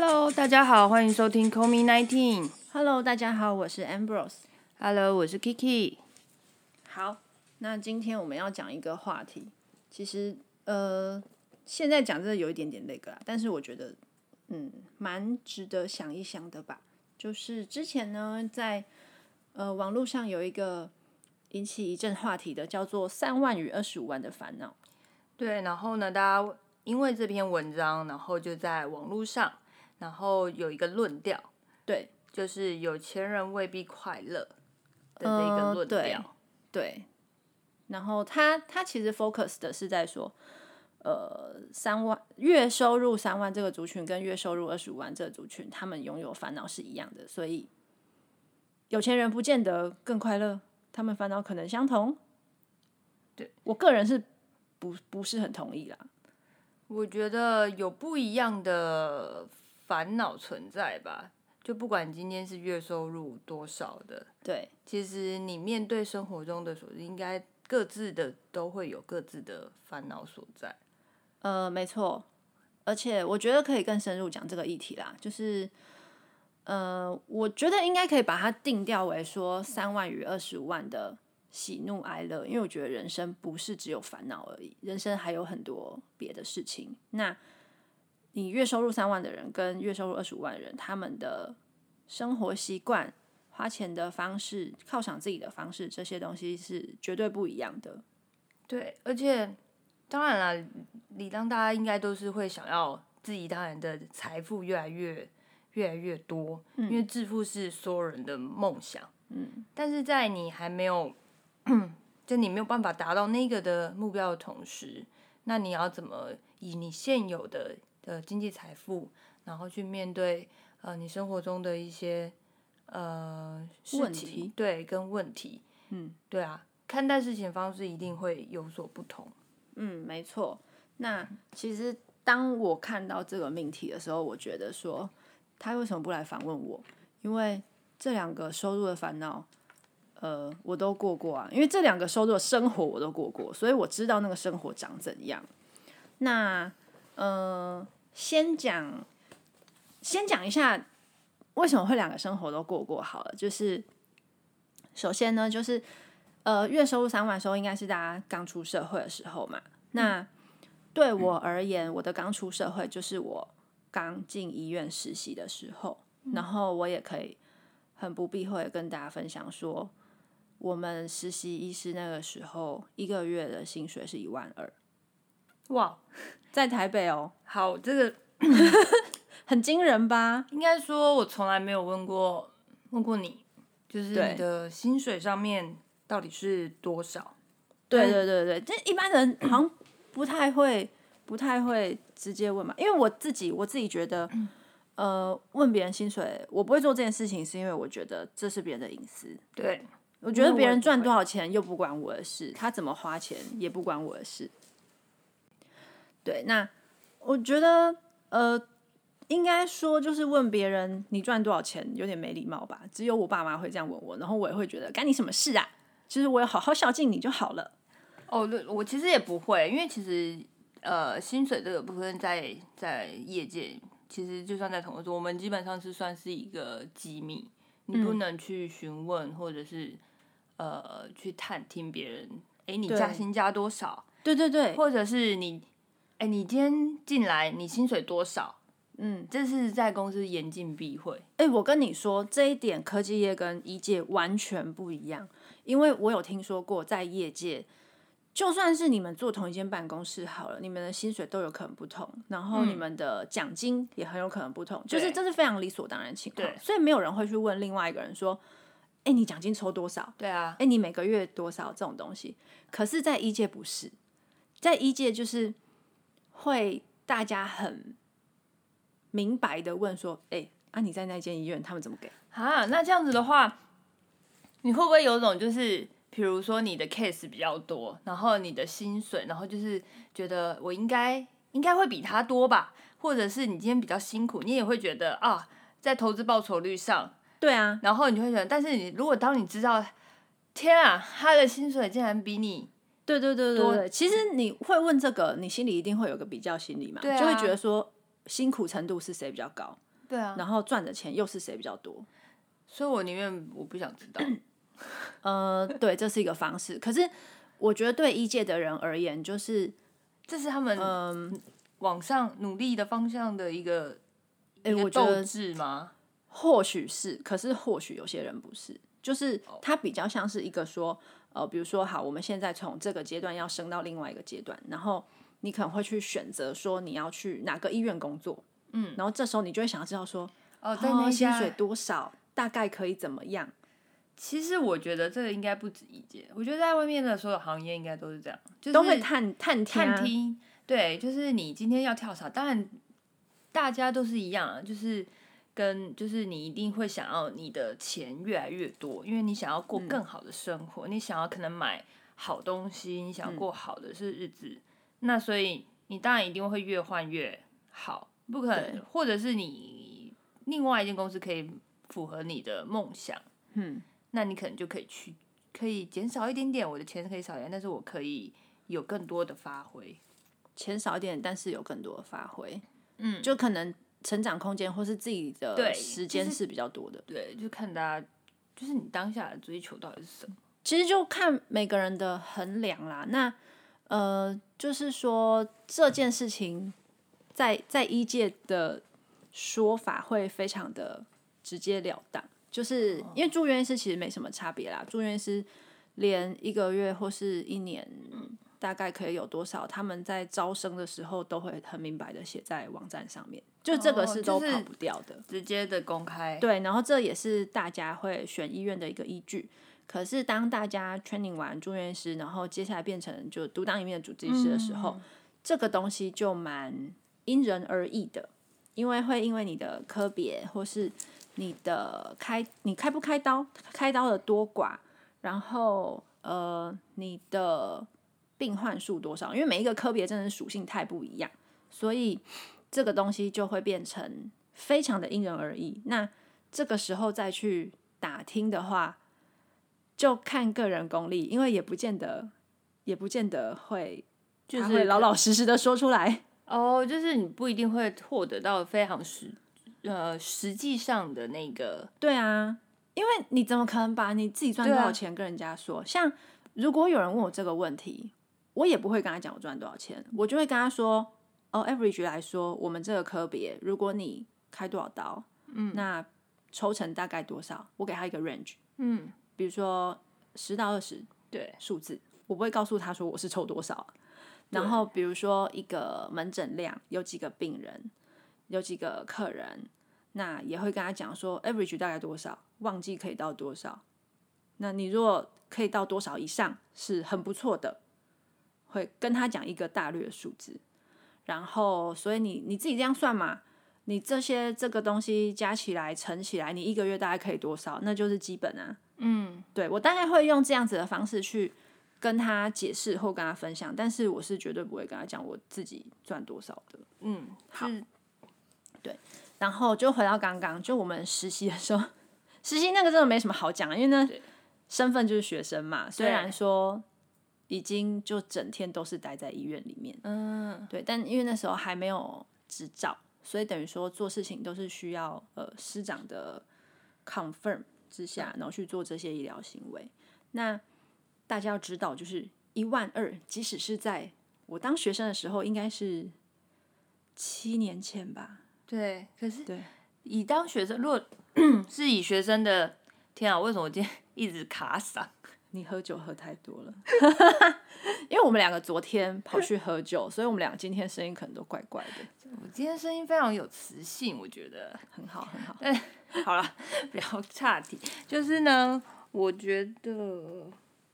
Hello， 大家好，欢迎收听 Call Me 19。 Hello， 大家好，我是 Ambrose。Hello， 我是 Kiki。 好，那今天我们要讲一个话题，其实现在讲这有一点点那个啦，但是我觉得蛮值得想一想的吧。就是之前呢，在网络上有一个引起一阵话题的，叫做3万与25万的烦恼。 对，然后呢，大家因为这篇文章，然后就在网络上，然后有一个论调， 对， 就是有钱人未必快乐的这个论调。 对，然后他其实 focus 的是在说，3万月收入3万这个族群跟月收入25万这个族群，他们拥有烦恼是一样的，所以有钱人不见得更快乐，他们烦恼可能相同。 对， 我个人是不是很同意啦。 我觉得有不一样的烦恼存在吧，就不管今天是月收入多少的， 对， 其实你面对生活中的所应该各自的都会有各自的烦恼所在。 没错，而且我觉得可以更深入讲这个议题啦，就是我觉得应该可以把它定调为说3万与25万的喜怒哀乐，因为我觉得人生不是只有烦恼而已，人生还有很多别的事情。那你月收入3万的人跟月收入25万的人，他们的生活习惯、花钱的方式、犒赏自己的方式，这些东西是绝对不一样的。 对，而且当然啦，理当大家应该都是会想要自己当然的财富越来越多，因为致富是所有人的梦想。但是在你还没有就你没有办法达到那个的目标的同时，那你要怎么以你现有的经济财富，然后去面对你生活中的一些事情，对，跟问题，对啊，看待事情方式一定会有所不同。 没错。那其实当我看到这个命题的时候，我觉得说他为什么不来访问我？因为这两个收入的烦恼，我都过啊。因为这两个收入的生活我都过，所以我知道那个生活长怎样。那先讲一下为什么会两个生活都过好了。就是首先呢，就是月收入3万的时候，应该是大家刚出社会的时候嘛。那对我而言，我的刚出社会就是我刚进医院实习的时候，然后我也可以很不避讳跟大家分享说，我们实习医师那个时候一个月的薪水是12000。 哇， 在台北哦。 好，这个很惊人吧？ 应该说，我从来没有问过你，就是你的薪水上面到底是多少？ 对，这一般人好像不太会直接问嘛，因为我自己觉得，问别人薪水，我不会做这件事情，是因为我觉得这是别人的隐私。 对， 我觉得别人赚多少钱又不关我的事，他怎么花钱也不关我的事。对，那我觉得应该说就是问别人你赚多少钱有点没礼貌吧，只有我爸妈会这样问我，然后我也会觉得干你什么事啊，就是我有好好孝敬你就好了。 哦，对，我其实也不会，因为其实薪水这个部分在业界，其实就算在同事，我们基本上是算是一个机密，你不能去询问或者是去探听别人，你加薪加多少？ 对， 或者是你今天进来你薪水多少？这是在公司严禁避讳。 我跟你说这一点，科技业跟医界完全不一样，因为我有听说过，在业界，就算是你们做同一间办公室好了，你们的薪水都有可能不同，然后你们的奖金也很有可能不同，就是这是非常理所当然的情况，所以没有人会去问另外一个人说，你奖金抽多少？ 对啊， 你每个月多少这种东西？可是，在医界不是，在医界就是会大家很明白的问说，你在那间医院他们怎么给啊？那这样子的话，你会不会有种就是，比如说你的 case 比较多，然后你的薪水，然后就是觉得我应该会比他多吧？或者是你今天比较辛苦，你也会觉得啊，在投资报酬率上， 对啊， 然后你就会觉得，但是如果当你知道，天啊，他的薪水竟然比你对，其实你会问这个，你心里一定会有个比较心理嘛，就会觉得说辛苦程度是谁比较高。 对啊， 然后赚的钱又是谁比较多？ 所以我宁愿我不想知道。 对，这是一个方式。可是我觉得对医界的人而言，就是这是他们往上努力的方向的一个我觉得斗志吗？ 或许是，可是或许有些人不是，就是他比较像是一个说，比如说好，我们现在从这个阶段要升到另外一个阶段，然后你可能会去选择说你要去哪个医院工作，然后这时候你就会想要知道说， 在那薪水多少，大概可以怎么样？ 其实我觉得这个应该不止一届，我觉得在外面的所有行业应该都是这样，就是都会探听，对，就是你今天要跳槽，当然大家都是一样，就是你一定会想要你的钱越来越多，因为你想要过更好的生活，你想要可能买好东西，你想要过好的日子，那所以你当然一定会越换越好，不可能，或者是你另外一间公司可以符合你的梦想，那你可能就可以减少一点点，我的钱可以少一点，但是我可以有更多的发挥， 钱少一点，但是有更多的发挥，就可能成长空间或是自己的时间是比较多的， 对，就看大家就是你当下的追求到底是什么， 其实就看每个人的衡量啦。那就是说这件事情在医界的说法会非常的直截了当。就是因为住院医师其实没什么差别啦，住院医师连1个月或是1年大概可以有多少，他们在招生的时候都会很明白的写在网站上面，就这个是都跑不掉的， 直接的公开。 对，然后这也是大家会选医院的一个依据。可是当大家 training 完住院医师，然后接下来变成就独当一面的主治医师的时候，这个东西就蛮因人而异的，因为你的科别或是你开不开刀，开刀的多寡，然后你的病患数多少，因为每一个科别真的属性太不一样，所以这个东西就会变成非常的因人而异。那这个时候再去打听的话，就看个人功力，因为也不见得会， 就是会老老实实的说出来。 就是你不一定会获得到非常实际上的那个。 对啊，因为你怎么可能把你自己赚多少钱跟人家说？像如果有人问我这个问题，我也不会跟他讲我赚多少钱，我就会跟他说，average 来说，我们这个科别，如果你开多少刀，那抽成大概多少？我给他一个 range，比如说10到20， 对， 数字，我不会告诉他说我是抽多少。然后比如说一个门诊量有几个病人，有几个客人，那也会跟他讲说 average 大概多少，旺季可以到多少。那你如果可以到多少以上是很不错的，会跟他讲一个大略的数字。然后所以你自己这样算嘛，你这个东西加起来乘起来，你1个月大概可以多少，那就是基本啊。对，我大概会用这样子的方式去跟他解释或跟他分享，但是我是绝对不会跟他讲我自己赚多少的。好，对，然后就回到刚刚，就我们实习的时候，实习那个真的没什么好讲，因为呢身份就是学生嘛，虽然说已经就整天都是待在医院里面，对，但因为那时候还没有执照，所以等于说做事情都是需要师长的 confirm 之下，然后去做这些医疗行为。那大家要知道，就是12000，即使是在我当学生的时候，应该是7年前吧。 对，可是对， 以当学生，如果是以学生的，天啊，为什么我今天一直卡嗓？ 你喝酒喝太多了，因为我们2个昨天跑去喝酒，所以我们2个今天声音可能都怪怪的。 我今天声音非常有磁性，我觉得很好，很好。 好了，不要岔题。就是呢，我觉得，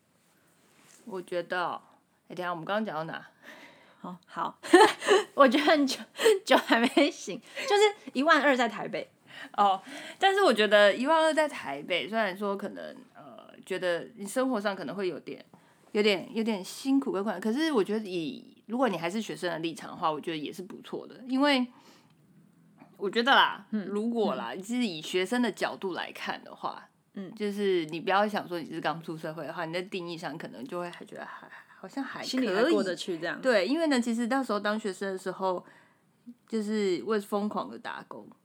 等一下我们刚刚讲到哪？ 好，我觉得酒还没醒，就是12000在台北。 但是我觉得12000在台北，虽然说可能觉得你生活上可能会有点辛苦跟困难，可是我觉得如果你还是学生的立场的话，我觉得也是不错的，因为我觉得啦，如果啦，是以学生的角度来看的话，就是你不要想说你是刚出社会的话，你在定义上可能就会还觉得好像还可以， 心里还过得去这样。 对，因为呢，其实那时候当学生的时候，就是为疯狂的打工，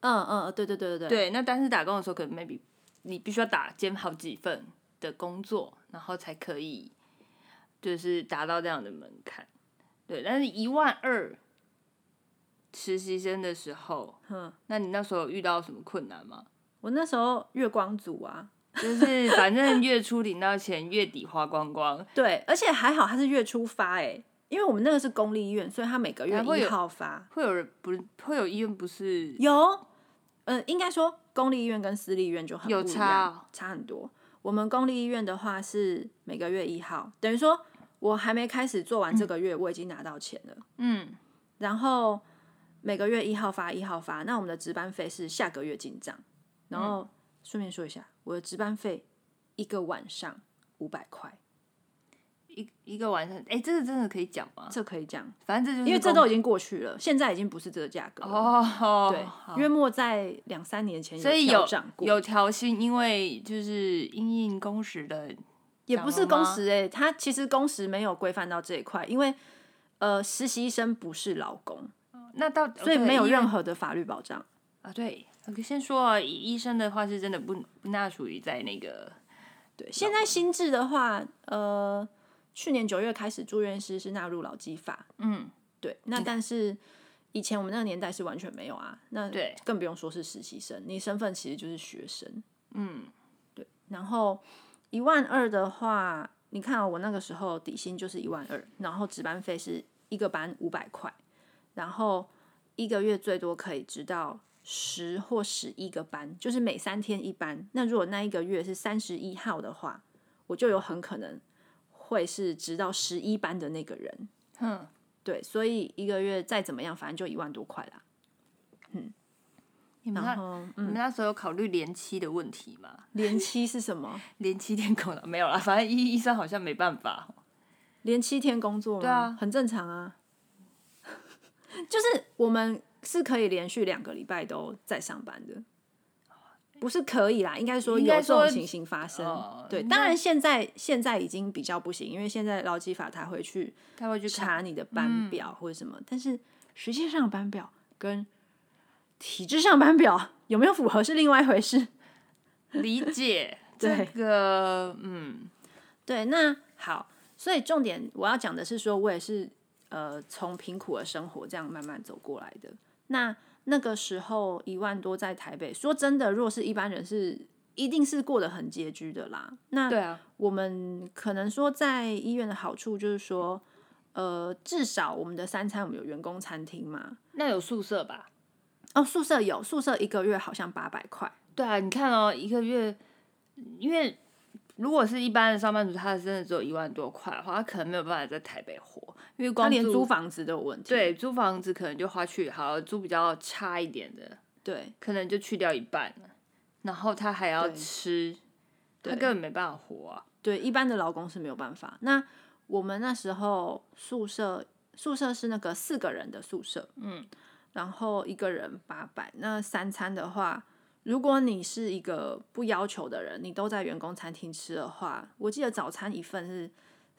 对对对对对。 对，那单次打工的时候，可能 maybe 你必须要兼好几份的工作，然后才可以就是达到这样的门槛。对，但是12000实习生的时候，那你那时候有遇到什么困难吗？ 我那时候月光族啊， 就是反正月初领到钱，月底花光光。 对，而且还好他是月初发因为我们那个是公立医院，所以他每个月1号发。 会有人不是会有医院不是有，应该说公立医院跟私立医院就很不一样， 有差差很多。我们公立医院的话是每个月1号，等于说我还没开始做完这个月，我已经拿到钱了。然后每个月1号发1号发，那我们的值班费是下个月进账。然后顺便说一下，我的值班费1个晚上500块。 一个晚上，这个真的可以讲吗？ 这可以讲， 反正这就是因为这都已经过去了，现在已经不是这个价格了。对，约莫在2-3年前所以调涨过， 有调薪，因为就是因应工时的， 也不是工时它其实工时没有规范到这一块，因为实习医生不是劳工，所以没有任何的法律保障啊。对，先说医生的话是真的不纳属于在那个。 对，现在新制的话，去年9月开始，住院师是纳入劳基法。对，那但是以前我们那个年代是完全没有啊，那对， 更不用说是实习生，你身份其实就是学生。对。然后12000的话，你看我那个时候底薪就是12000，然后值班费是1个班500块，然后1个月最多可以直到10或11个班，就是每3天1班。那如果那一个月是31号的话，我就有很可能会是直到11班的那个人。对，所以1个月再怎么样，反正就1万多块啦。 你们那时候有考虑连期的问题吗？ 连期是什么？ 连7天工作没有啦，反正医生好像没办法。 连7天工作吗？ 对啊， 很正常啊。就是我们是可以连续2个礼拜都在上班的，不是可以啦，应该说有这种情形发生。对，当然现在已经比较不行，因为现在劳基法他会去查你的班表或者什么，但是实际上班表跟体制上班表有没有符合是另外一回事。 理解这个， 对，那好，所以重点我要讲的是说，我也是从贫苦的生活这样慢慢走过来的。那个时候1万多在台北，说真的，如果是一般人是一定是过得很拮据的啦。那对啊， 我们可能说在医院的好处就是说，至少我们的3餐我们有员工餐厅嘛。 那有宿舍吧？ 宿舍有，宿舍1个月好像800块。 对啊，你看1个月，因为如果是一般的上班族，他真的只有1万多块的话，他可能没有办法在台北活，因为光他连租房子都有问题。 对，租房子可能就花去租比较差一点的， 对， 可能就去掉1半了，然后他还要吃，他根本没办法活啊。 对，一般的劳工是没有办法。那我们那时候宿舍是那个4个人的宿舍，然后1个人800。那3餐的话，如果你是一个不要求的人，你都在员工餐厅吃的话，我记得早餐1份是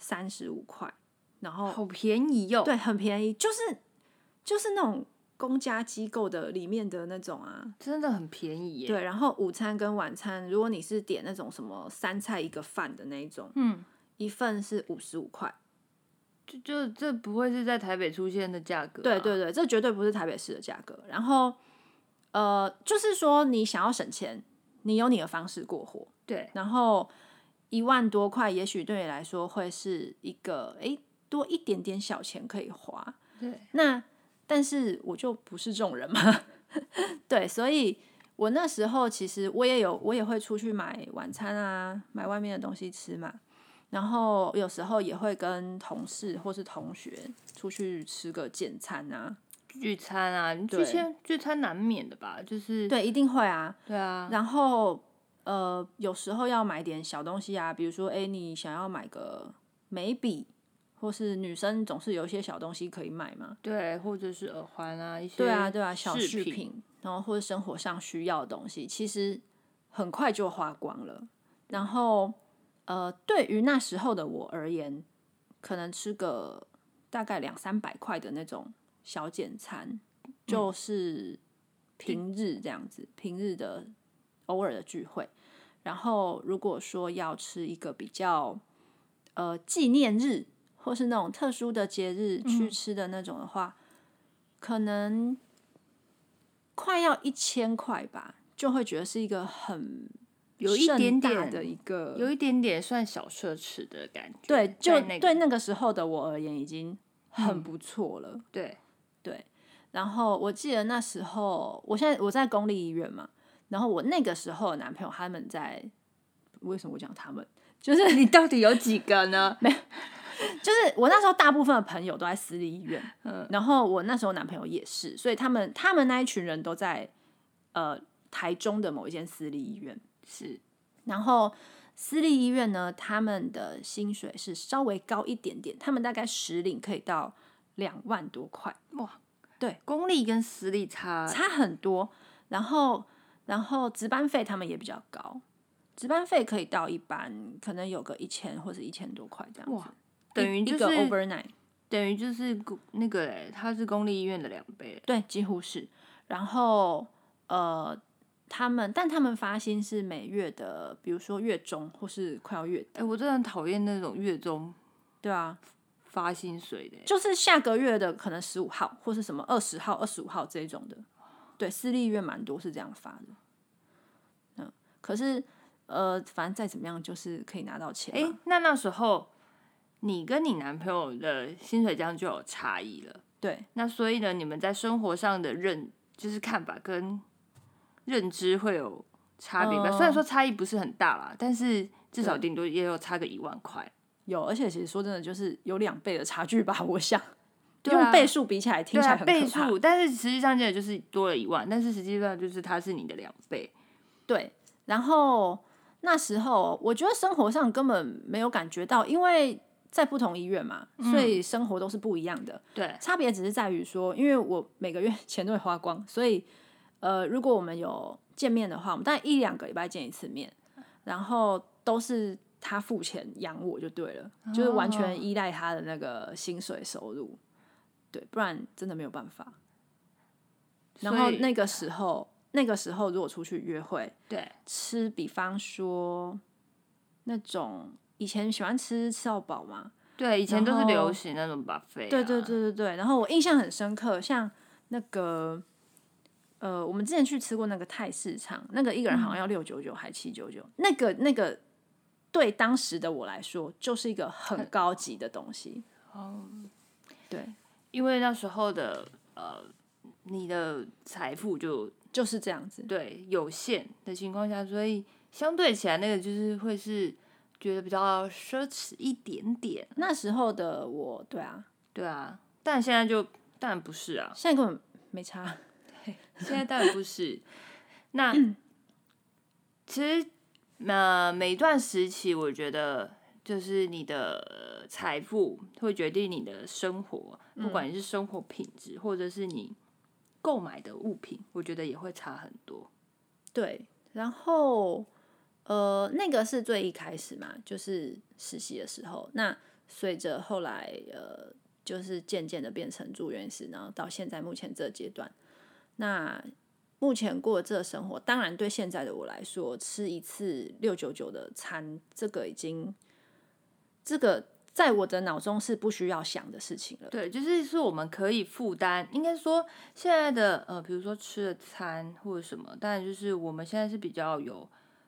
35块，然后好便宜哟。 对，很便宜，就是那种公家机构的里面的那种啊， 真的很便宜耶。 对，然后午餐跟晚餐，如果你是点那种什么3菜1个饭的那一种，1份是55块。 就这不会是在台北出现的价格。 对对对，这绝对不是台北市的价格。然后就是说你想要省钱，你有你的方式过活。 对， 然后1万多块，也许对你来说会是一个多一点点小钱可以花。 对， 但是我就不是这种人嘛。对，所以我那时候其实我也会出去买晚餐啊，买外面的东西吃嘛。然后有时候也会跟同事或是同学出去吃个简餐啊， 聚餐啊，聚餐难免的吧？就是对，一定会啊。 对啊。 然后有时候要买点小东西啊，比如说你想要买个眉笔，或是女生总是有一些小东西可以买嘛。 对，或者是耳环啊，一些对啊，小饰品，然后或者生活上需要的东西，其实很快就花光了。然后对于那时候的我而言，可能吃个大概200-300块的那种小简餐，就是平日这样子，平日的偶尔的聚会。然后如果说要吃一个比较纪念日或是那种特殊的节日去吃的那种的话，可能快要1000块吧，就会觉得是一个很有一点点的一个， 有一点点算小奢侈的感觉。 对，就对那个时候的我而言已经很不错了。 对。 然后我记得那时候，我在公立医院嘛，然后我那个时候的男朋友他们在，为什么我讲他们？就是你到底有几个呢？ 没有，就是我那时候大部分的朋友都在私立医院，然后我那时候男朋友也是，所以他们那一群人都在台中的某一间私立医院。 是， 然后私立医院呢，他们的薪水是稍微高一点点，他们大概时领可以到2万多块。 哇， 对， 公立跟私立差很多。然后值班费他们也比较高，值班费可以到一般可能有个1000或者1000多块这样子。 哇，等于就是一个 overnight， 等于就是那个它是公立医院的2倍。 对，几乎是。然后他们发薪是每月的，比如说月中或是快要月底。 我真的很讨厌那种月中， 对啊， 发薪水的， 就是下个月的可能15号或是什么20号、25号这种的。对，私立医院蛮多是这样发的。可是反正再怎么样就是可以拿到钱嘛。 那时候你跟你男朋友的薪水这样就有差异了。 对， 那所以呢，你们在生活上的就是看法跟认知会有差别吧？虽然说差异不是很大啦，但是至少顶多也有差个1万块。 有，而且其实说真的，就是有2倍的差距吧。我想， 对啊， 用倍数比起来听起来很可怕。 倍数，但是实际上真的就是多了1万，但是实际上就是它是你的2倍。 对，然后那时候我觉得生活上根本没有感觉到，因为在不同医院嘛，所以生活都是不一样的。 对， 差别只是在于说，因为我每个月钱都会花光，所以如果我们有见面的话，我们大概1-2个礼拜见一次面，然后都是他付钱养我就对了，就是完全依赖他的那个薪水收入，对，不然真的没有办法。然后那个时候如果出去约会， 对， 吃比方说那种以前喜欢吃到饱嘛， 对，以前都是流行那种 buffet。 对。然后我印象很深刻，像那个我们之前去吃过那个泰市场，那个一个人好像要699还799，那个对当时的我来说就是一个很高级的东西。对， 因为那时候的你的财富就是这样子， 对，有限的情况下，所以相对起来那个就是会是觉得比较奢侈一点点。 那时候的我，对啊， 但现在就当然不是啊， 现在根本没差。 现在当然不是。那其实每段时期，我觉得就是你的财富会决定你的生活，不管你是生活品质，或者是你购买的物品，我觉得也会差很多。 对，然后那个是最一开始嘛，就是实习的时候。那随着后来就是渐渐的变成住院医师，然后到现在目前这个阶段，那目前过这个生活，当然对现在的我来说，吃一次699的餐，这个在我的脑中是不需要想的事情了。 对，就是我们可以负担，应该说现在的比如说吃的餐或者什么，当然就是我们现在是比较有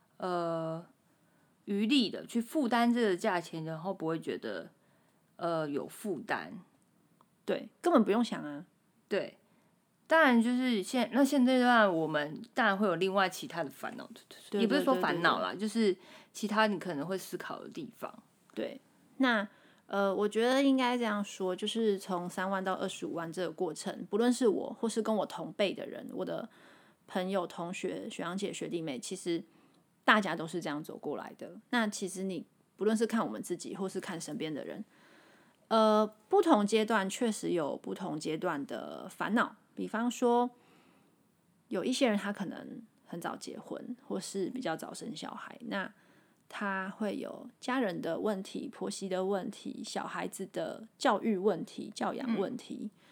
余力的去负担这个价钱，然后不会觉得有负担。 对，根本不用想啊。 对，当然就是现阶段我们当然会有另外其他的烦恼，也不是说烦恼啦，就是其他你可能会思考的地方。 对，那我觉得应该这样说，就是从3万到25万这个过程，不论是我或是跟我同辈的人，我的朋友、同学、学长姐、学弟妹，其实大家都是这样走过来的。那其实你不论是看我们自己，或是看身边的人，不同阶段确实有不同阶段的烦恼。比方说，有一些人他可能很早结婚，或是比较早生小孩，那他会有家人的问题、婆媳的问题、小孩子的教育问题、教养问题，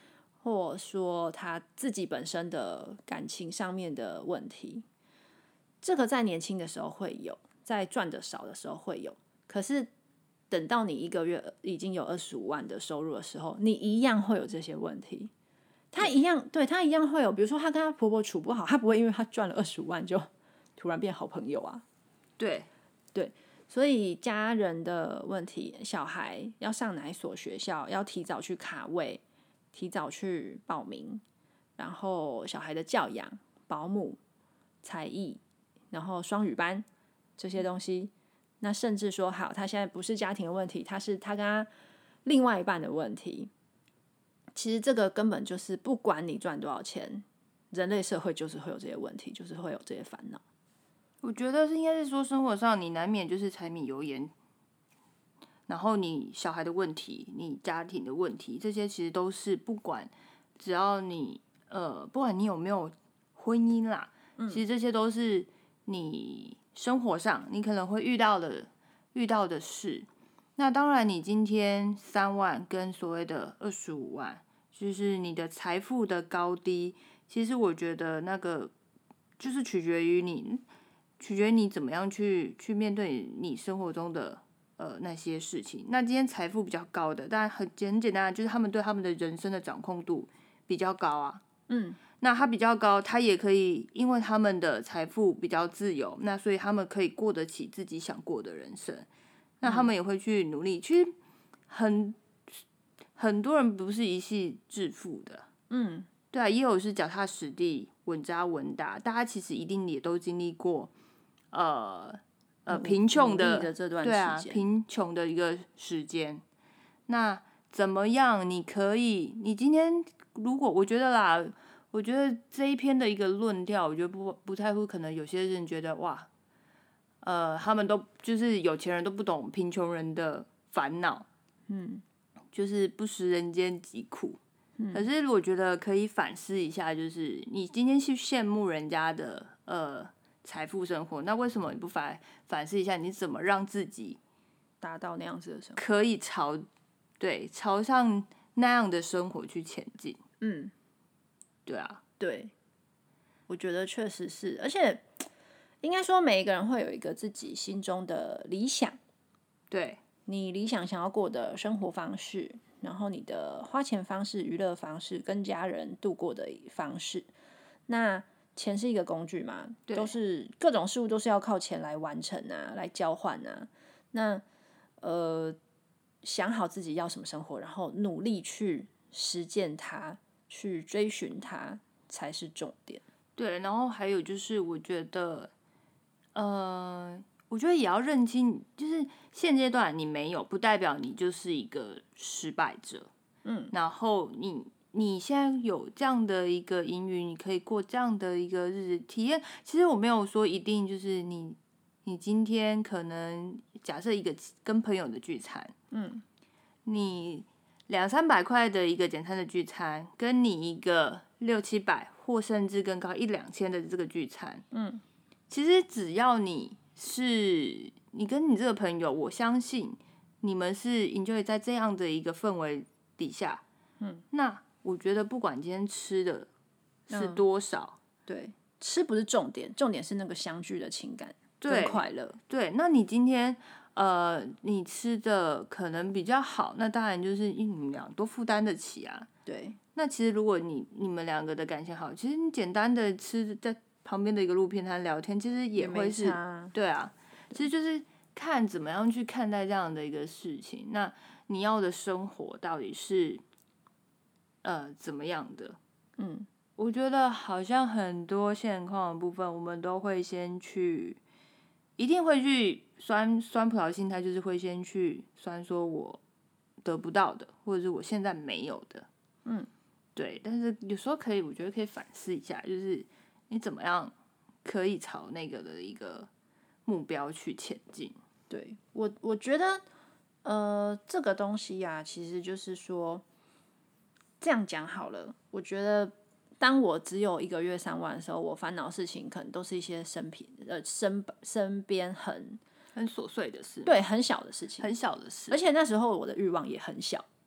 或者说他自己本身的感情上面的问题，这个在年轻的时候会有，在赚的少的时候会有，可是等到你一个月已经有25万的收入的时候，你一样会有这些问题。他一样会有，比如说他跟他婆婆处不好，他不会因为他赚了25万就突然变好朋友啊。 对， 所以家人的问题，小孩要上哪一所学校，要提早去卡位，提早去报名，然后小孩的教养、保姆、才艺，然后双语班这些东西，那甚至说好，他现在不是家庭的问题，他是他跟他另外一半的问题。其实这个根本就是不管你赚多少钱，人类社会就是会有这些问题，就是会有这些烦恼。 我觉得应该是说生活上你难免就是柴米油盐，然后你小孩的问题，你家庭的问题，这些其实都是不管只要你不管你有没有婚姻啦，其实这些都是你生活上你可能会遇到的事。那当然，你今天3万跟所谓的25万，就是你的财富的高低，其实我觉得那个就是取决于你怎么样去面对你生活中的那些事情。那今天财富比较高的，当然很简单，就是他们对他们的人生的掌控度比较高啊。那他比较高，他也可以因为他们的财富比较自由，那所以他们可以过得起自己想过的人生。那他们也会去努力，其实很多人不是一夕致富的，对啊，也有是脚踏实地、稳扎稳打。大家其实一定也都经历过，贫穷的这段时间， 对啊，贫穷的一个时间。那怎么样？你今天如果我觉得这一篇的一个论调，我觉得不太会，可能有些人觉得哇。他们都就是有钱人都不懂贫穷人的烦恼，就是不食人间疾苦。可是我觉得可以反思一下，就是你今天去羡慕人家的财富生活，那为什么你不反思一下，你怎么让自己达到那样子的生活， 可以朝上那样的生活去前进？对啊， 对，我觉得确实是，而且。应该说，每一个人会有一个自己心中的理想， 对你理想想要过的生活方式，然后你的花钱方式、娱乐方式、跟家人度过的方式。那钱是一个工具嘛，都是各种事物都是要靠钱来完成啊，来交换啊。那想好自己要什么生活，然后努力去实践它，去追寻它，才是重点。 对，然后还有就是，我觉得也要认清，就是现阶段你没有，不代表你就是一个失败者。然后你现在有这样的一个盈余，你可以过这样的一个日子体验。其实我没有说一定就是你今天可能假设一个跟朋友的聚餐，你200-300块的一个简餐的聚餐，跟你一个600-700或甚至更高1-2千的这个聚餐，其实只要你跟你这个朋友，我相信你们是 enjoy 在这样的一个氛围底下，那我觉得不管今天吃的是多少， 对，吃不是重点，重点是那个相聚的情感跟快乐。 对，那你今天你吃的可能比较好，那当然就是你们俩都负担得起啊。 对， 那其实如果你们两个的感情好，其实你简单的吃在旁边的一个路边摊聊天，其实也会是对啊。其实就是看怎么样去看待这样的一个事情。那你要的生活到底是怎么样的？我觉得好像很多现况的部分，我们都会一定会去酸葡萄心态，就是会先去酸说我得不到的，或者是我现在没有的。对，但是有时候我觉得可以反思一下，就是你怎么样可以朝那个的一个目标去前进。 对，我觉得这个东西呀，其实就是说这样讲好了。我觉得当我只有1个月3万的时候，我烦恼的事情可能都是一些身边很琐碎的事， 对，很小的事情， 很小的事， 而且那时候我的欲望也很小。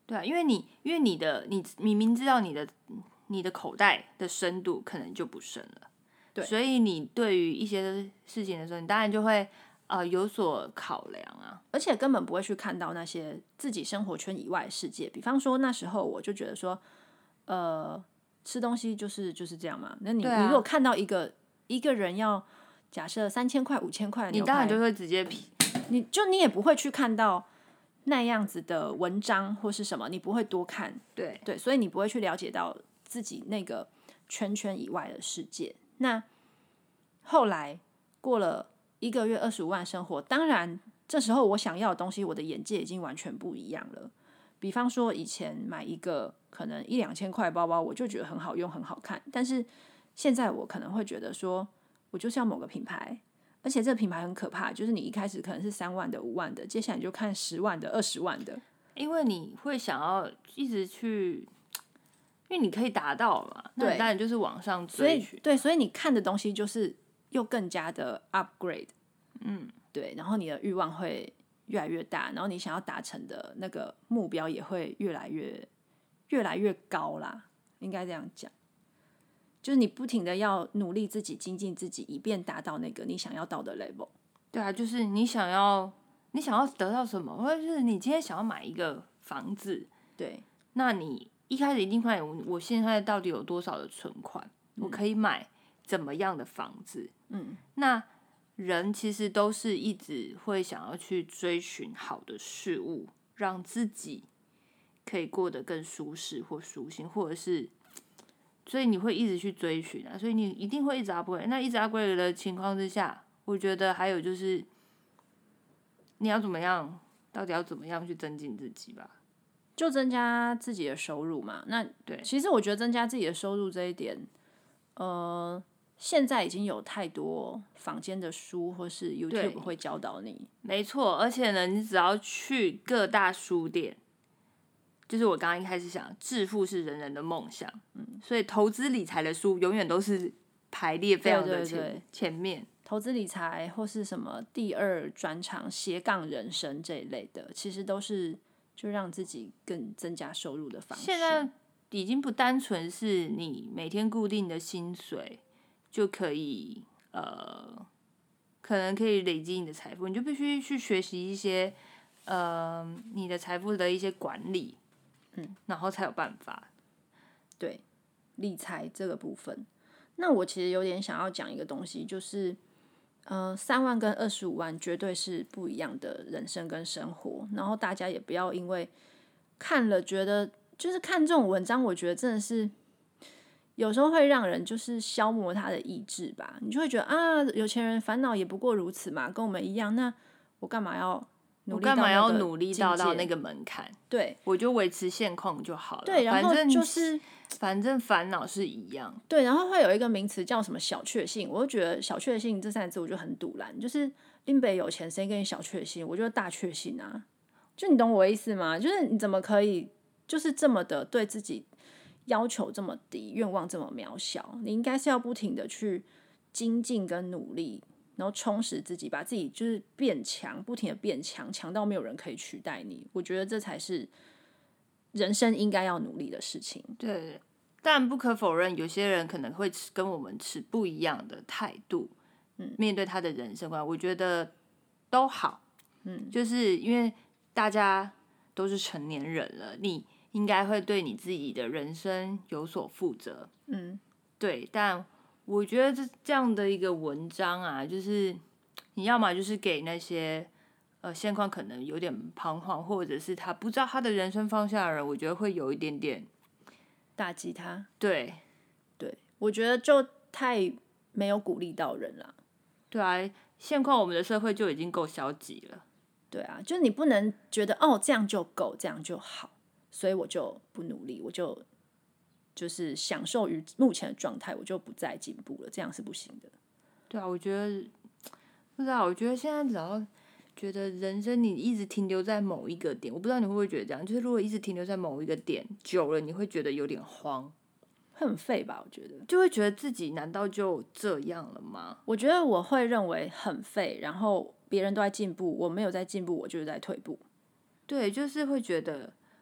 对啊，因为你明明知道你的口袋的深度可能就不深了， 对， 所以你对于一些事情的时候，你当然就会有所考量啊， 而且根本不会去看到那些自己生活圈以外的世界。比方说那时候我就觉得说，吃东西就是这样嘛。那你如果看到一个人要假设3000块5000块的牛排， 你当然就会直接你也不会去看到那样子的文章或是什么，你不会多看， 对， 所以你不会去了解到自己那个圈以外的世界。那后来过了1个月25万生活，当然这时候我想要的东西，我的眼界已经完全不一样了。比方说以前买一个可能1-2000块包包，我就觉得很好用很好看，但是现在我可能会觉得说，我就是要某个品牌，而且这个品牌很可怕，就是你一开始可能是3万的5万的，接下来你就看10万的20万的， 因为你会想要一直去，因为你可以达到嘛，那你当然就是往上追寻， 对，所以你看的东西就是又更加的 upgrade， 对，然后你的欲望会越来越大，然后你想要达成的那个目标也会越来越高啦，应该这样讲。就是你不停的要努力自己精进自己，以便达到那个你想要到的 level。 对啊，就是你想要得到什么，或者是你今天想要买一个房子， 对， 那你一开始一定会，我现在到底有多少的存款，我可以买怎么样的房子？那人其实都是一直会想要去追寻好的事物，让自己可以过得更舒适或舒心，或者是。所以你会一直去追寻啊，所以你一定会一直 upgrade。那一直 upgrade 的情况之下，我觉得还有就是你要怎么样，到底要怎么样去增进自己吧？ 就增加自己的收入嘛。那对， 其实我觉得增加自己的收入这一点，现在已经有太多坊间的书或是 YouTube 会教导你。 没错，而且呢，你只要去各大书店。就是我刚刚一开始想，致富是人人的梦想，所以投资理财的书永远都是排列非常的前面。 投资理财或是什么第2专长斜杠人生这一类的，其实都是就让自己更增加收入的方式。 现在已经不单纯是你每天固定的薪水就可以，可能可以累积你的财富，你就必须去学习一些，你的财富的一些管理。然后才有办法。 对，理财这个部分，那我其实有点想要讲一个东西，就是3万跟25万绝对是不一样的人生跟生活。然后大家也不要因为看了觉得，就是看这种文章，我觉得真的是有时候会让人就是消磨他的意志吧。你就会觉得啊，有钱人烦恼也不过如此嘛，跟我们一样。那我干嘛要？ 我干嘛要努力到那个门槛？ 对， 我就维持现况就好了。 对，然后就是反正烦恼是一样。 对，然后会有一个名词叫什么小确幸，我就觉得小确幸这3个字我就很堵拦，就是林北有钱谁跟你小确幸？我觉得大确幸啊，就你懂我意思吗？就是你怎么可以就是这么的对自己要求这么低，愿望这么渺小？你应该是要不停的去精进跟努力。然后充实自己，把自己就是变强，不停的变强，强到没有人可以取代你。我觉得这才是人生应该要努力的事情。 对，但不可否认，有些人可能会跟我们持不一样的态度，面对他的人生观，我觉得都好。就是因为大家都是成年人了，你应该会对你自己的人生有所负责。对，但。我觉得这样的一个文章啊，就是你要么就是给那些现况可能有点彷徨，或者是他不知道他的人生方向的人，我觉得会有一点点打击他。 对， 我觉得就太没有鼓励到人了。 对啊，现况我们的社会就已经够消极了。 对啊，就你不能觉得这样就够，这样就好，所以我就不努力，我就是享受于目前的状态，我就不再进步了，这样是不行的。 对啊，我觉得不知道，我觉得现在只要觉得人生你一直停留在某一个点，我不知道你会不会觉得这样，就是如果一直停留在某一个点久了，你会觉得有点慌， 会很废吧？我觉得就会觉得自己难道就这样了吗？ 我觉得我会认为很废，然后别人都在进步，我没有在进步，我就是在退步。 对，就是会觉得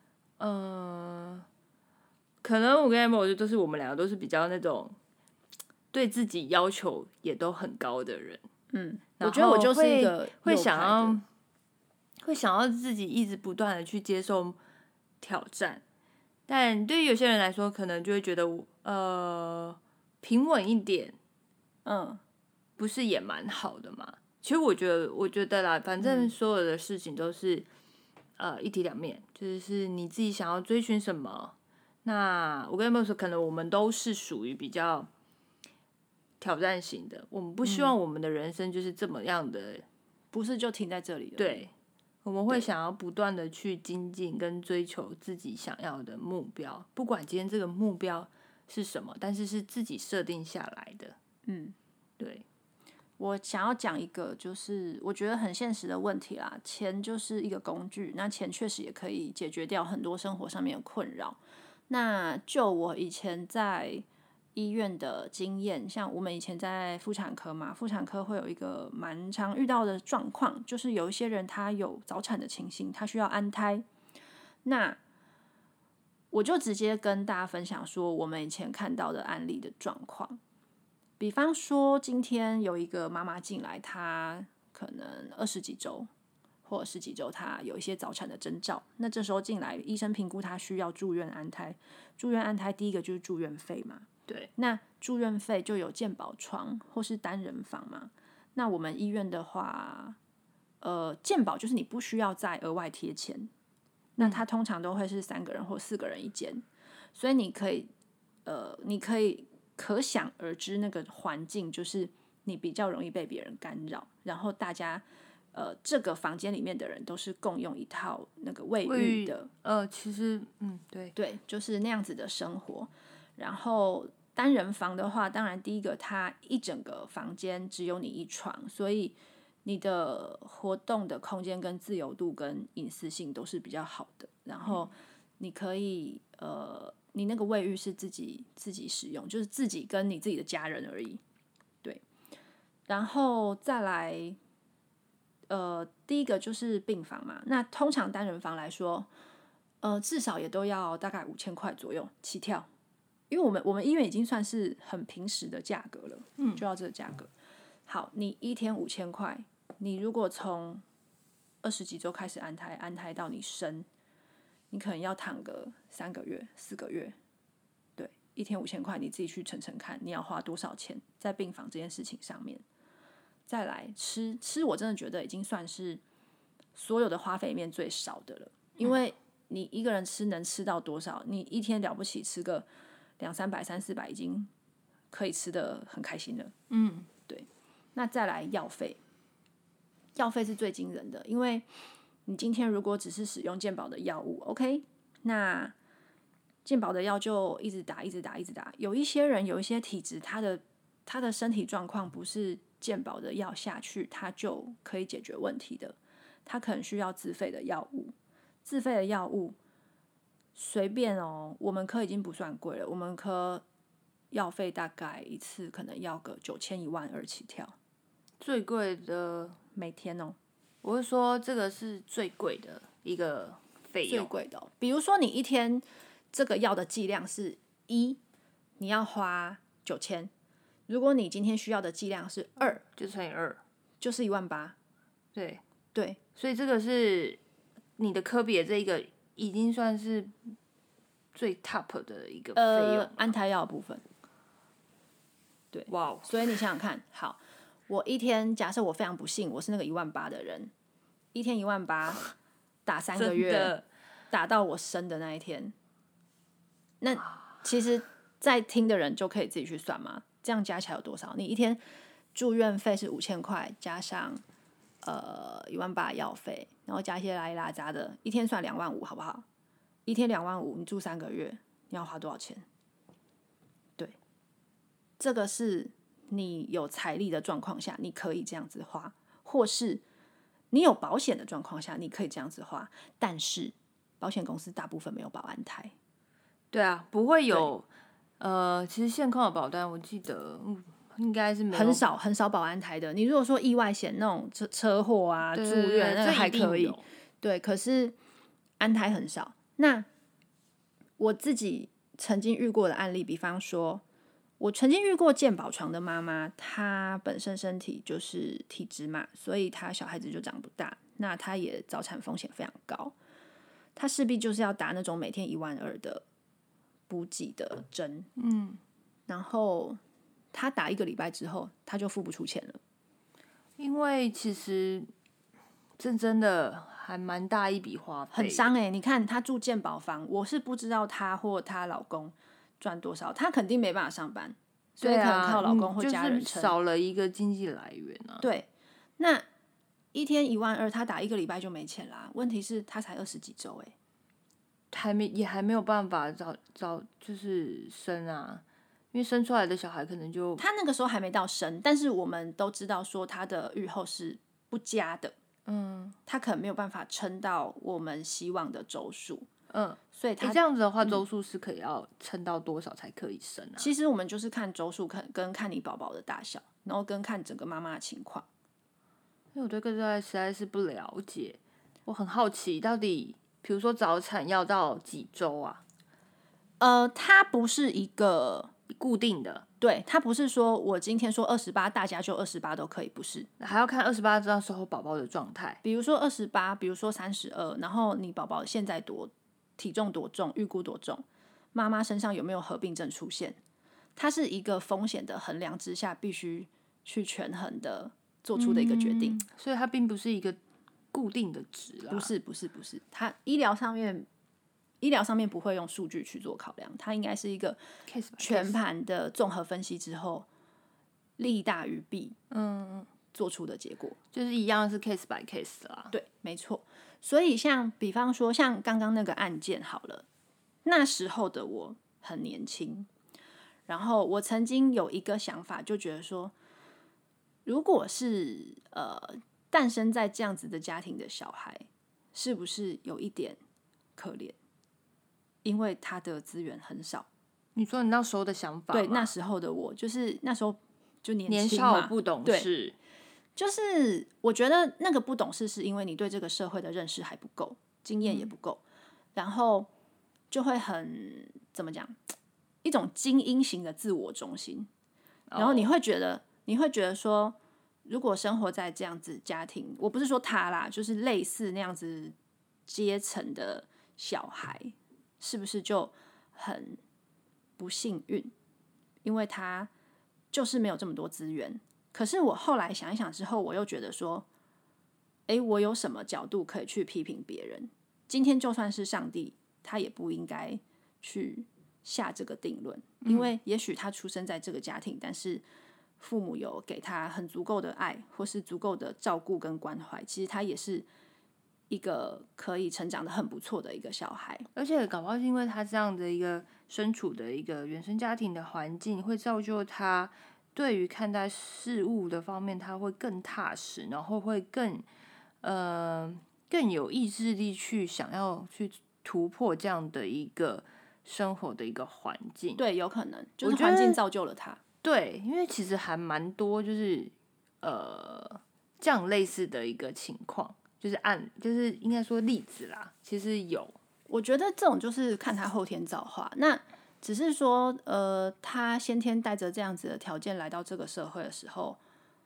可能我跟 Emma 我觉得都是我们两个都是比较那种对自己要求也都很高的人。 我觉得我就是一个会想要自己一直不断的去接受挑战，但对于有些人来说，可能就会觉得平稳一点，不是也蛮好的嘛？其实我觉得啦，反正所有的事情都是一体两面，就是你自己想要追寻什么。那我跟 Emma 说，可能我们都是属于比较挑战型的，我们不希望我们的人生就是这么样的， 不是就停在这里了。 对，我们会想要不断的去精进跟追求自己想要的目标，不管今天这个目标是什么，但是是自己设定下来的。对。 我想要讲一个，就是我觉得很现实的问题啦。钱就是一个工具，那钱确实也可以解决掉很多生活上面的困扰。那就我以前在医院的经验，像我们以前在妇产科嘛，妇产科会有一个蛮常遇到的状况，就是有一些人他有早产的情形，他需要安胎。那我就直接跟大家分享说，我们以前看到的案例的状况。比方说，今天有一个妈妈进来，她可能20几周或者10几周，她有一些早产的征兆。那这时候进来，医生评估她需要住院安胎。住院安胎，第一个就是住院费嘛。 对。 那住院费就有健保床或是单人房嘛。那我们医院的话，健保就是你不需要再额外贴钱。那它通常都会是3个人或4个人一间，所以你可以可想而知，那个环境就是你比较容易被别人干扰，然后大家这个房间里面的人都是共用一套那个卫浴的， 其实对，就是那样子的生活。然后单人房的话，当然第一个它一整个房间只有你一床，所以你的活动的空间跟自由度跟隐私性都是比较好的。然后你可以你那个卫浴是自己使用，就是自己跟你自己的家人而已。对，然后再来第一个就是病房嘛。那通常单人房来说，至少也都要大概5000块左右起跳，因为我们医院已经算是很平时的价格了，就要这个价格。好，你1天5000块，你如果从20几周开始安胎到你生，你可能要躺个3个月、4个月。对，1天5000块，你自己去乘看，你要花多少钱在病房这件事情上面。再来吃，我真的觉得已经算是所有的花费里面最少的了，因为你一个人吃能吃到多少？你一天了不起吃个200-300、300-400，已经可以吃得很开心了。对。那再来药费是最惊人的，因为你今天如果只是使用健保的药物 ，OK， 那健保的药就一直打。有一些人有一些体质，他的身体状况不是健保的药下去，他就可以解决问题的。他可能需要自费的药物，随便我们科已经不算贵了，我们科药费大概一次可能要个9000、12000起跳。 最贵的每天我会说这个是最贵的一个费用， 最贵的比如说你一天这个药的剂量是1，你要花9000。如果你今天需要的剂量是2， 就乘以2， 就是18000。对， 所以这个是你的科比的这一个已经算是最 top 的一个费用， 安胎药的部分。对， 哇， 所以你想想看，好，我一天假设我非常不幸，我是那个18000的人，一天18000打3个月，打到我生的那一天，那其实在听的人就可以自己去算嘛，这样加起来有多少？你一天住院费是5000块，加上18000药费，然后加一些拉一拉杂的，一天算25000，好不好？一天25000，你住3个月，你要花多少钱？对，这个是你有财力的状况下，你可以这样子花，或是你有保险的状况下，你可以这样子花。但是保险公司大部分没有保安胎。 对啊，不会有。其实现况的保单，我记得应该是没有， 很少保安胎的。你如果说意外险那种车祸啊、住院那个还可以，对，可是安胎很少。那我自己曾经遇过的案例，比方说，我曾经遇过健保床的妈妈，她本身身体就是体质嘛，所以她小孩子就长不大，那她也早产风险非常高，她势必就是要打那种每天12000的补给的针，然后她打1个礼拜之后，她就付不出钱了。 因为其实这真的还蛮大一笔花费， 很伤你看她住健保房，我是不知道她或她老公赚多少，她肯定没办法上班，所以可能靠老公或家人撑， 就是少了一个经济来源啊。 对，那一天12000，她打1个礼拜就没钱啦。问题是她才20几周也还没有办法就是生啊，因为生出来的小孩可能就她那个时候还没到生，但是我们都知道说她的预后是不佳的，她可能没有办法撑到我们希望的周数，所以她这样子的话，周数是可以要撑到多少才可以生啊？ 其实我们就是看周数，跟看你宝宝的大小，然后跟看整个妈妈的情况。 因为我对这个实在是不了解，我很好奇，到底比如说早产要到几周啊？ 它不是一个固定的， 对，它不是说我今天说28，大家就28都可以，不是， 还要看28那时候宝宝的状态。 比如说28，比如说32，然后你宝宝现在体重多重，预估多重，妈妈身上有没有合并症出现，它是一个风险的衡量之下，必须去权衡的做出的一个决定， 所以它并不是一个固定的值啦。 不是，它医疗上面不会用数据去做考量，它应该是一个全盘的综合分析之后，利大于弊，做出的结果， 就是一样是 case by case 啦。 对，没错。所以比方说像刚刚那个案件好了，那时候的我很年轻，然后我曾经有一个想法，就觉得说，如果是诞生在这样子的家庭的小孩，是不是有一点可怜？因为他的资源很少。 你说你那时候的想法吗？ 对，那时候的我就是那时候就年轻嘛， 少不懂事， 就是我觉得那个不懂事是因为你对这个社会的认识还不够，经验也不够，然后就会很怎么讲，一种精英型的自我中心，然后你会觉得说，如果生活在这样子家庭，我不是说他啦，就是类似那样子阶层的小孩，是不是就很不幸运？因为他就是没有这么多资源。可是我后来想一想之后，我又觉得说，我有什么角度可以去批评别人？今天就算是上帝，他也不应该去下这个定论，因为也许他出生在这个家庭，但是父母有给他很足够的爱，或是足够的照顾跟关怀，其实他也是一个可以成长得很不错的一个小孩。 而且搞不好是因为他这样的一个身处的一个原生家庭的环境，会造就他对于看待事物的方面，他会更踏实，然后会更有意志力去想要去突破这样的一个生活的一个环境。 对，有可能就是环境造就了他。 对，因为其实还蛮多就是这样类似的一个情况，就是应该说例子啦，其实有。 我觉得这种就是看他后天造化，那只是说他先天带着这样子的条件来到这个社会的时候，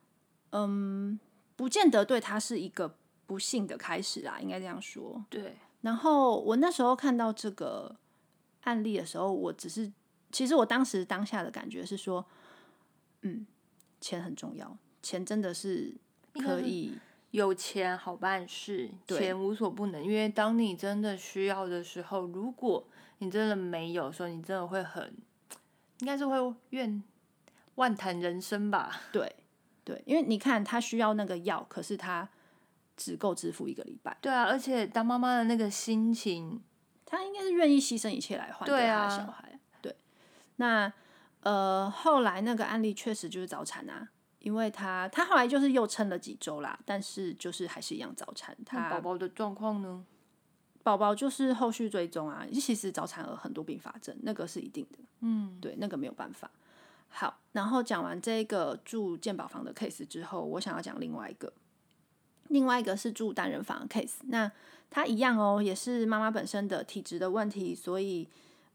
不见得对他是一个不幸的开始啦，应该这样说。 对。 然后我那时候看到这个案例的时候，其实我当下的感觉是说，钱很重要，钱真的是可以。 有钱好办事，钱无所不能。因为当你真的需要的时候，如果你真的没有的时候，你真的会应该是会万谈人生吧。 对，因为你看他需要那个药，可是他只够支付1个礼拜。 对啊，而且当妈妈的那个心情， 他应该是愿意牺牲一切来换对他的小孩。对，那后来那个案例确实就是早产啊。因为他后来就是又撑了几周啦，但是就是还是一样早产。他宝宝的状况呢？ 宝宝就是后续追踪啊。其实早产儿很多并发症，那个是一定的。对，那个没有办法。好，然后讲完这个住健保房的 case 之后，我想要讲另外一个是住单人房的 case。那他一样哦，也是妈妈本身的体质的问题，所以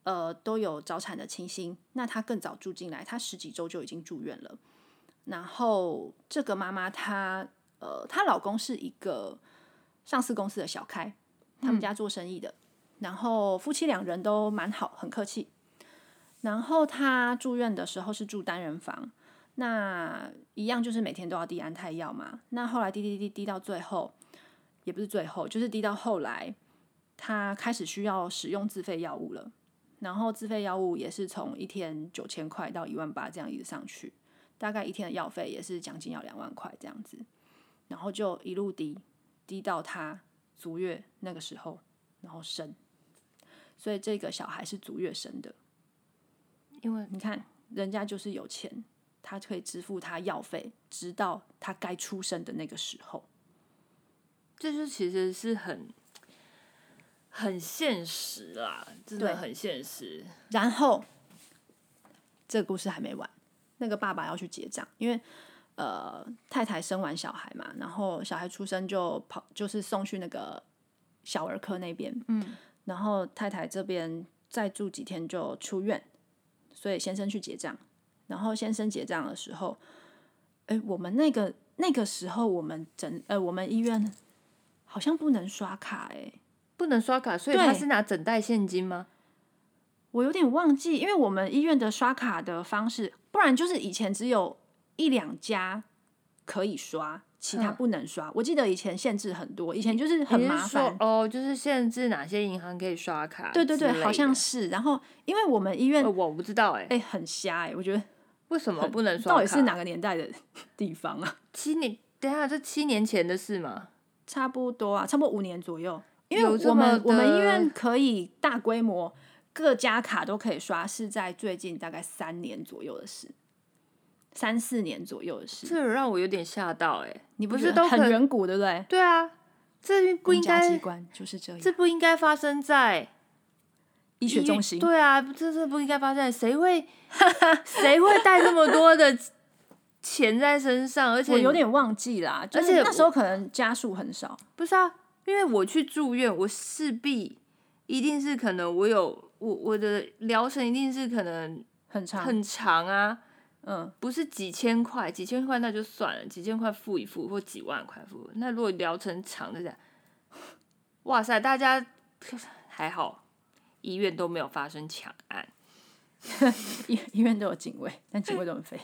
都有早产的情形，那她更早住进来，她10几周就已经住院了。然后这个妈妈她老公是一个上市公司的小开，他们家做生意的，然后夫妻2人都蛮好，很客气。然后她住院的时候是住单人房，那一样就是每天都要滴安胎药嘛。那后来滴到最后，也不是最后，就是滴到后来，她开始需要使用自费药物了。然后自费药物也是从1天9000块到18000这样一直上去，大概1天的药费也是将近要2万块这样子。然后就一路滴到她足月那个时候，然后生。所以这个小孩是足月生的。因为你看人家就是有钱，他可以支付他药费，直到他该出生的那个时候。 这就其实是很现实啦，真的很现实。 然后这个故事还没完，那个爸爸要去结账，因为太太生完小孩嘛，然后小孩出生就是送去那个小儿科那边，然后太太这边再住几天就出院。所以先生去结账，然后先生结账的时候，我们那个时候我们医院好像不能刷卡， 不能刷卡，所以他是拿整袋现金吗？ 我有点忘记，因为我们医院的刷卡的方式，不然就是以前只有1、2家可以刷，其他不能刷。我记得以前限制很多，以前就是很麻烦就是限制哪些银行可以刷卡。 对对对，好像是。然后因为我们医院我不知道很瞎我觉得为什么不能刷卡？ 到底是哪个年代的地方啊 ？7年，等一下这7年前的事吗？ 差不多啊，差不多5年左右。因为我们医院可以大规模各家卡都可以刷，是在最近大概3年左右的事。3、4年左右的事， 这让我有点吓到你不是都很远古对不对？ 对啊，这不应该， 公家机关就是这样， 这不应该发生在医学中心。 对啊，这不应该发生在谁会带那么多的钱在身上？而且我有点忘记啦，而且那时候可能家数很少。 不是啊，因为我去住院，我势必一定是可能我的疗程一定是可能很长啊。不是几千块那就算了，几千块付一付，或几万块付。那如果疗程长的这样，哇塞，大家还好，医院都没有发生抢案， 医院都有警卫，但警卫都很废，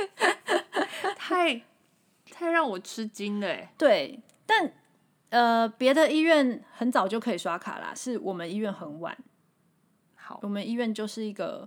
太让我吃惊了对，但别的医院很早就可以刷卡啦，是我们医院很晚。 好， 我们医院就是一个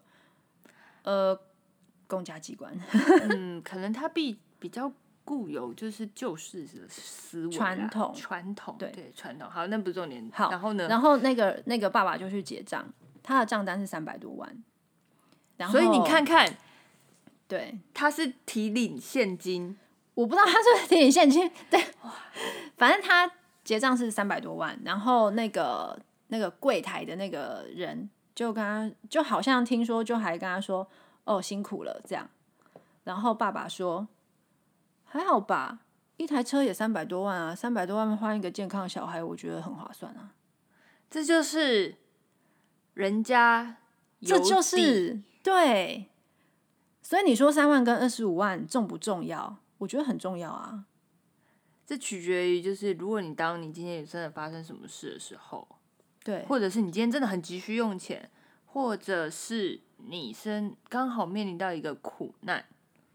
公家机关， 可能它比较固有就是旧式的思维传统， 对传统。好，那不是重点。 好， 然后呢？ 然后那个爸爸就去结账，他的账单是300多万，然后所以你看看， 对， 他是提领现金， 我不知道他是不是提领现金，对，反正他结账是300多万，然后那个柜台的那个人就跟他，就好像听说，就还跟他说。辛苦了这样，然后爸爸说还好吧，一台车也300多万啊，300多万换一个健康的小孩，我觉得很划算啊。 这就是人家有底， 这就是对。所以你说3万跟25万重不重要？我觉得很重要啊。 这取决于就是如果你今天真的发生什么事的时候， 对， 或者是你今天真的很急需用钱，或者是你刚好面临到一个苦难，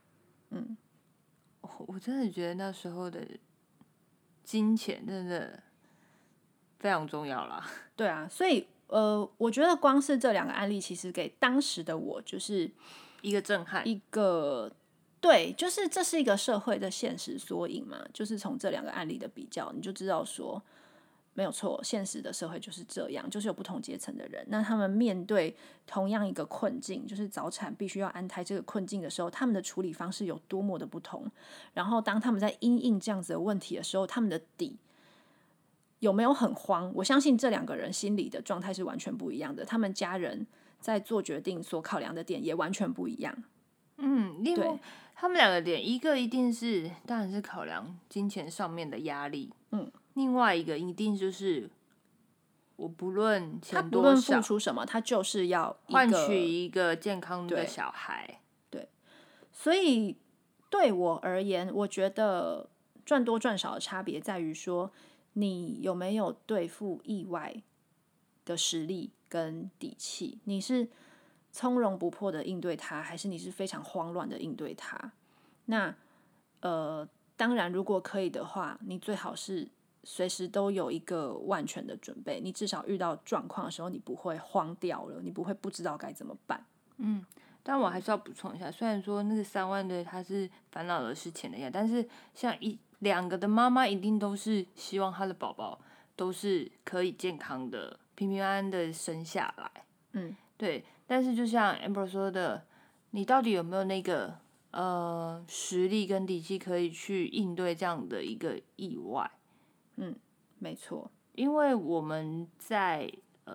我真的觉得那时候的金钱真的非常重要啦。 对啊，所以我觉得光是这2个案例，其实给当时的我就是一个震撼， 一个对，就是这是一个社会的现实缩影嘛。就是从这2个案例的比较，你就知道说。没有错，现实的社会就是这样，就是有不同阶层的人，那他们面对同样一个困境，就是早产必须要安胎这个困境的时候，他们的处理方式有多么的不同。然后当他们在因应这样子的问题的时候，他们的底有没有很慌？我相信这2个人心理的状态是完全不一样的，他们家人在做决定所考量的点也完全不一样。 另外他们2个点，一个一定是当然是考量金钱上面的压力，另外一个一定就是我不论他钱不论付多少， 出什么，他就是要换取一个健康的小孩。 对，所以对我而言，我觉得赚多赚少的差别在于说，你有没有对付意外的实力跟底气，你是从容不迫的应对它，还是你是非常慌乱的应对它？那当然，如果可以的话，你最好是随时都有一个万全的准备，你至少遇到状况的时候，你不会慌掉了，你不会不知道该怎么办。 但我还是要补充一下，虽然说那个3万的他是烦恼的是钱的呀，但是像两个的妈妈一定都是希望她的宝宝都是可以健康的、平平安安的生下来。对。但是就像 Amber 说的，你到底有没有那个实力跟底气可以去应对这样的一个意外？ 没错， 因为我们在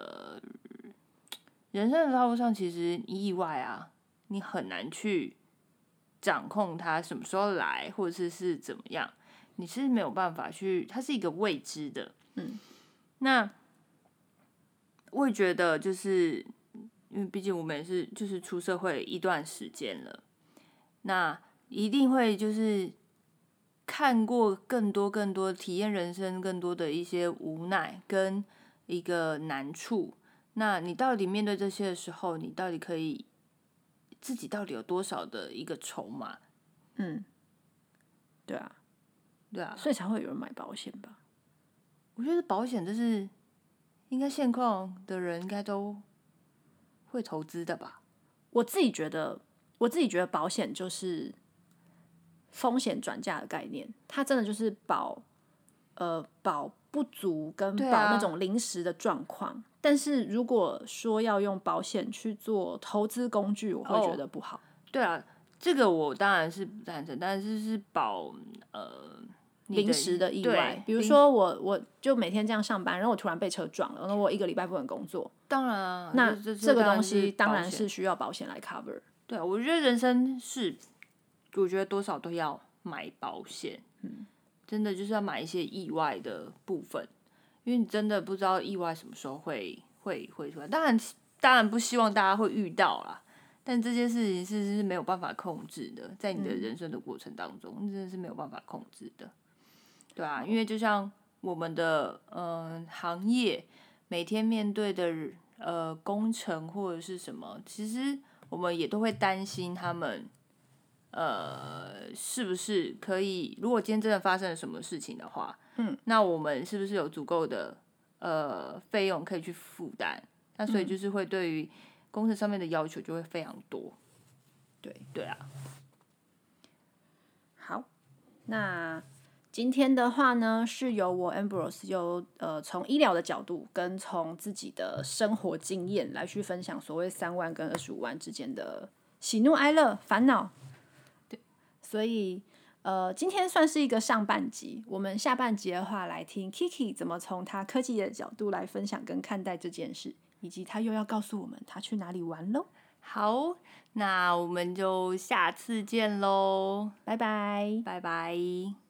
人生的道路上，其实意外啊，你很难去掌控它什么时候来，或者是怎么样，你是没有办法去，它是一个未知的。那我也觉得，就是因为毕竟我们也是就是出社会一段时间了，那一定会就是看过更多体验人生更多的一些无奈跟一个难处。那你到底面对这些的时候，你到底可以自己到底有多少的一个筹码？ 对啊， 对啊， 所以才会有人买保险吧？ 我觉得保险这是应该现况的人应该都会投资的吧。 我自己觉得保险就是风险转嫁的概念，它真的就是保不足跟保那种临时的状况。但是如果说要用保险去做投资工具，我会觉得不好。 对啊，这个我当然是不赞成，但是保临时的意外，比如说我就每天这样上班，然后我突然被车撞了，然后我1个礼拜不能工作。 当然啊， 那这个东西当然是是需要保险来 cover。 对啊，我觉得人生是，我觉得多少都要买保险。真的就是要买一些意外的部分，因为你真的不知道意外什么时候会出来。当然不希望大家会遇到啦，但这件事情是没有办法控制的，在你的人生的过程当中，真的是没有办法控制的。对啊，因为就像我们的行业每天面对的工程或者是什么，其实我们也都会担心他们是不是可以，如果今天真的发生了什么事情的话，那我们是不是有足够的费用可以去负担？那所以就是会对于工程上面的要求就会非常多。对啊。 好，那今天的话呢，是由我 Ambrose 从医疗的角度跟从自己的生活经验来去分享所谓3万跟25万之间的喜怒哀乐烦恼。对，所以今天算是一个上半集，我们下半集的话来听 Kiki 怎么从他科技的角度来分享跟看待这件事，以及他又要告诉我们他去哪里玩咯。 好，那我们就下次见咯， 拜拜。 拜拜。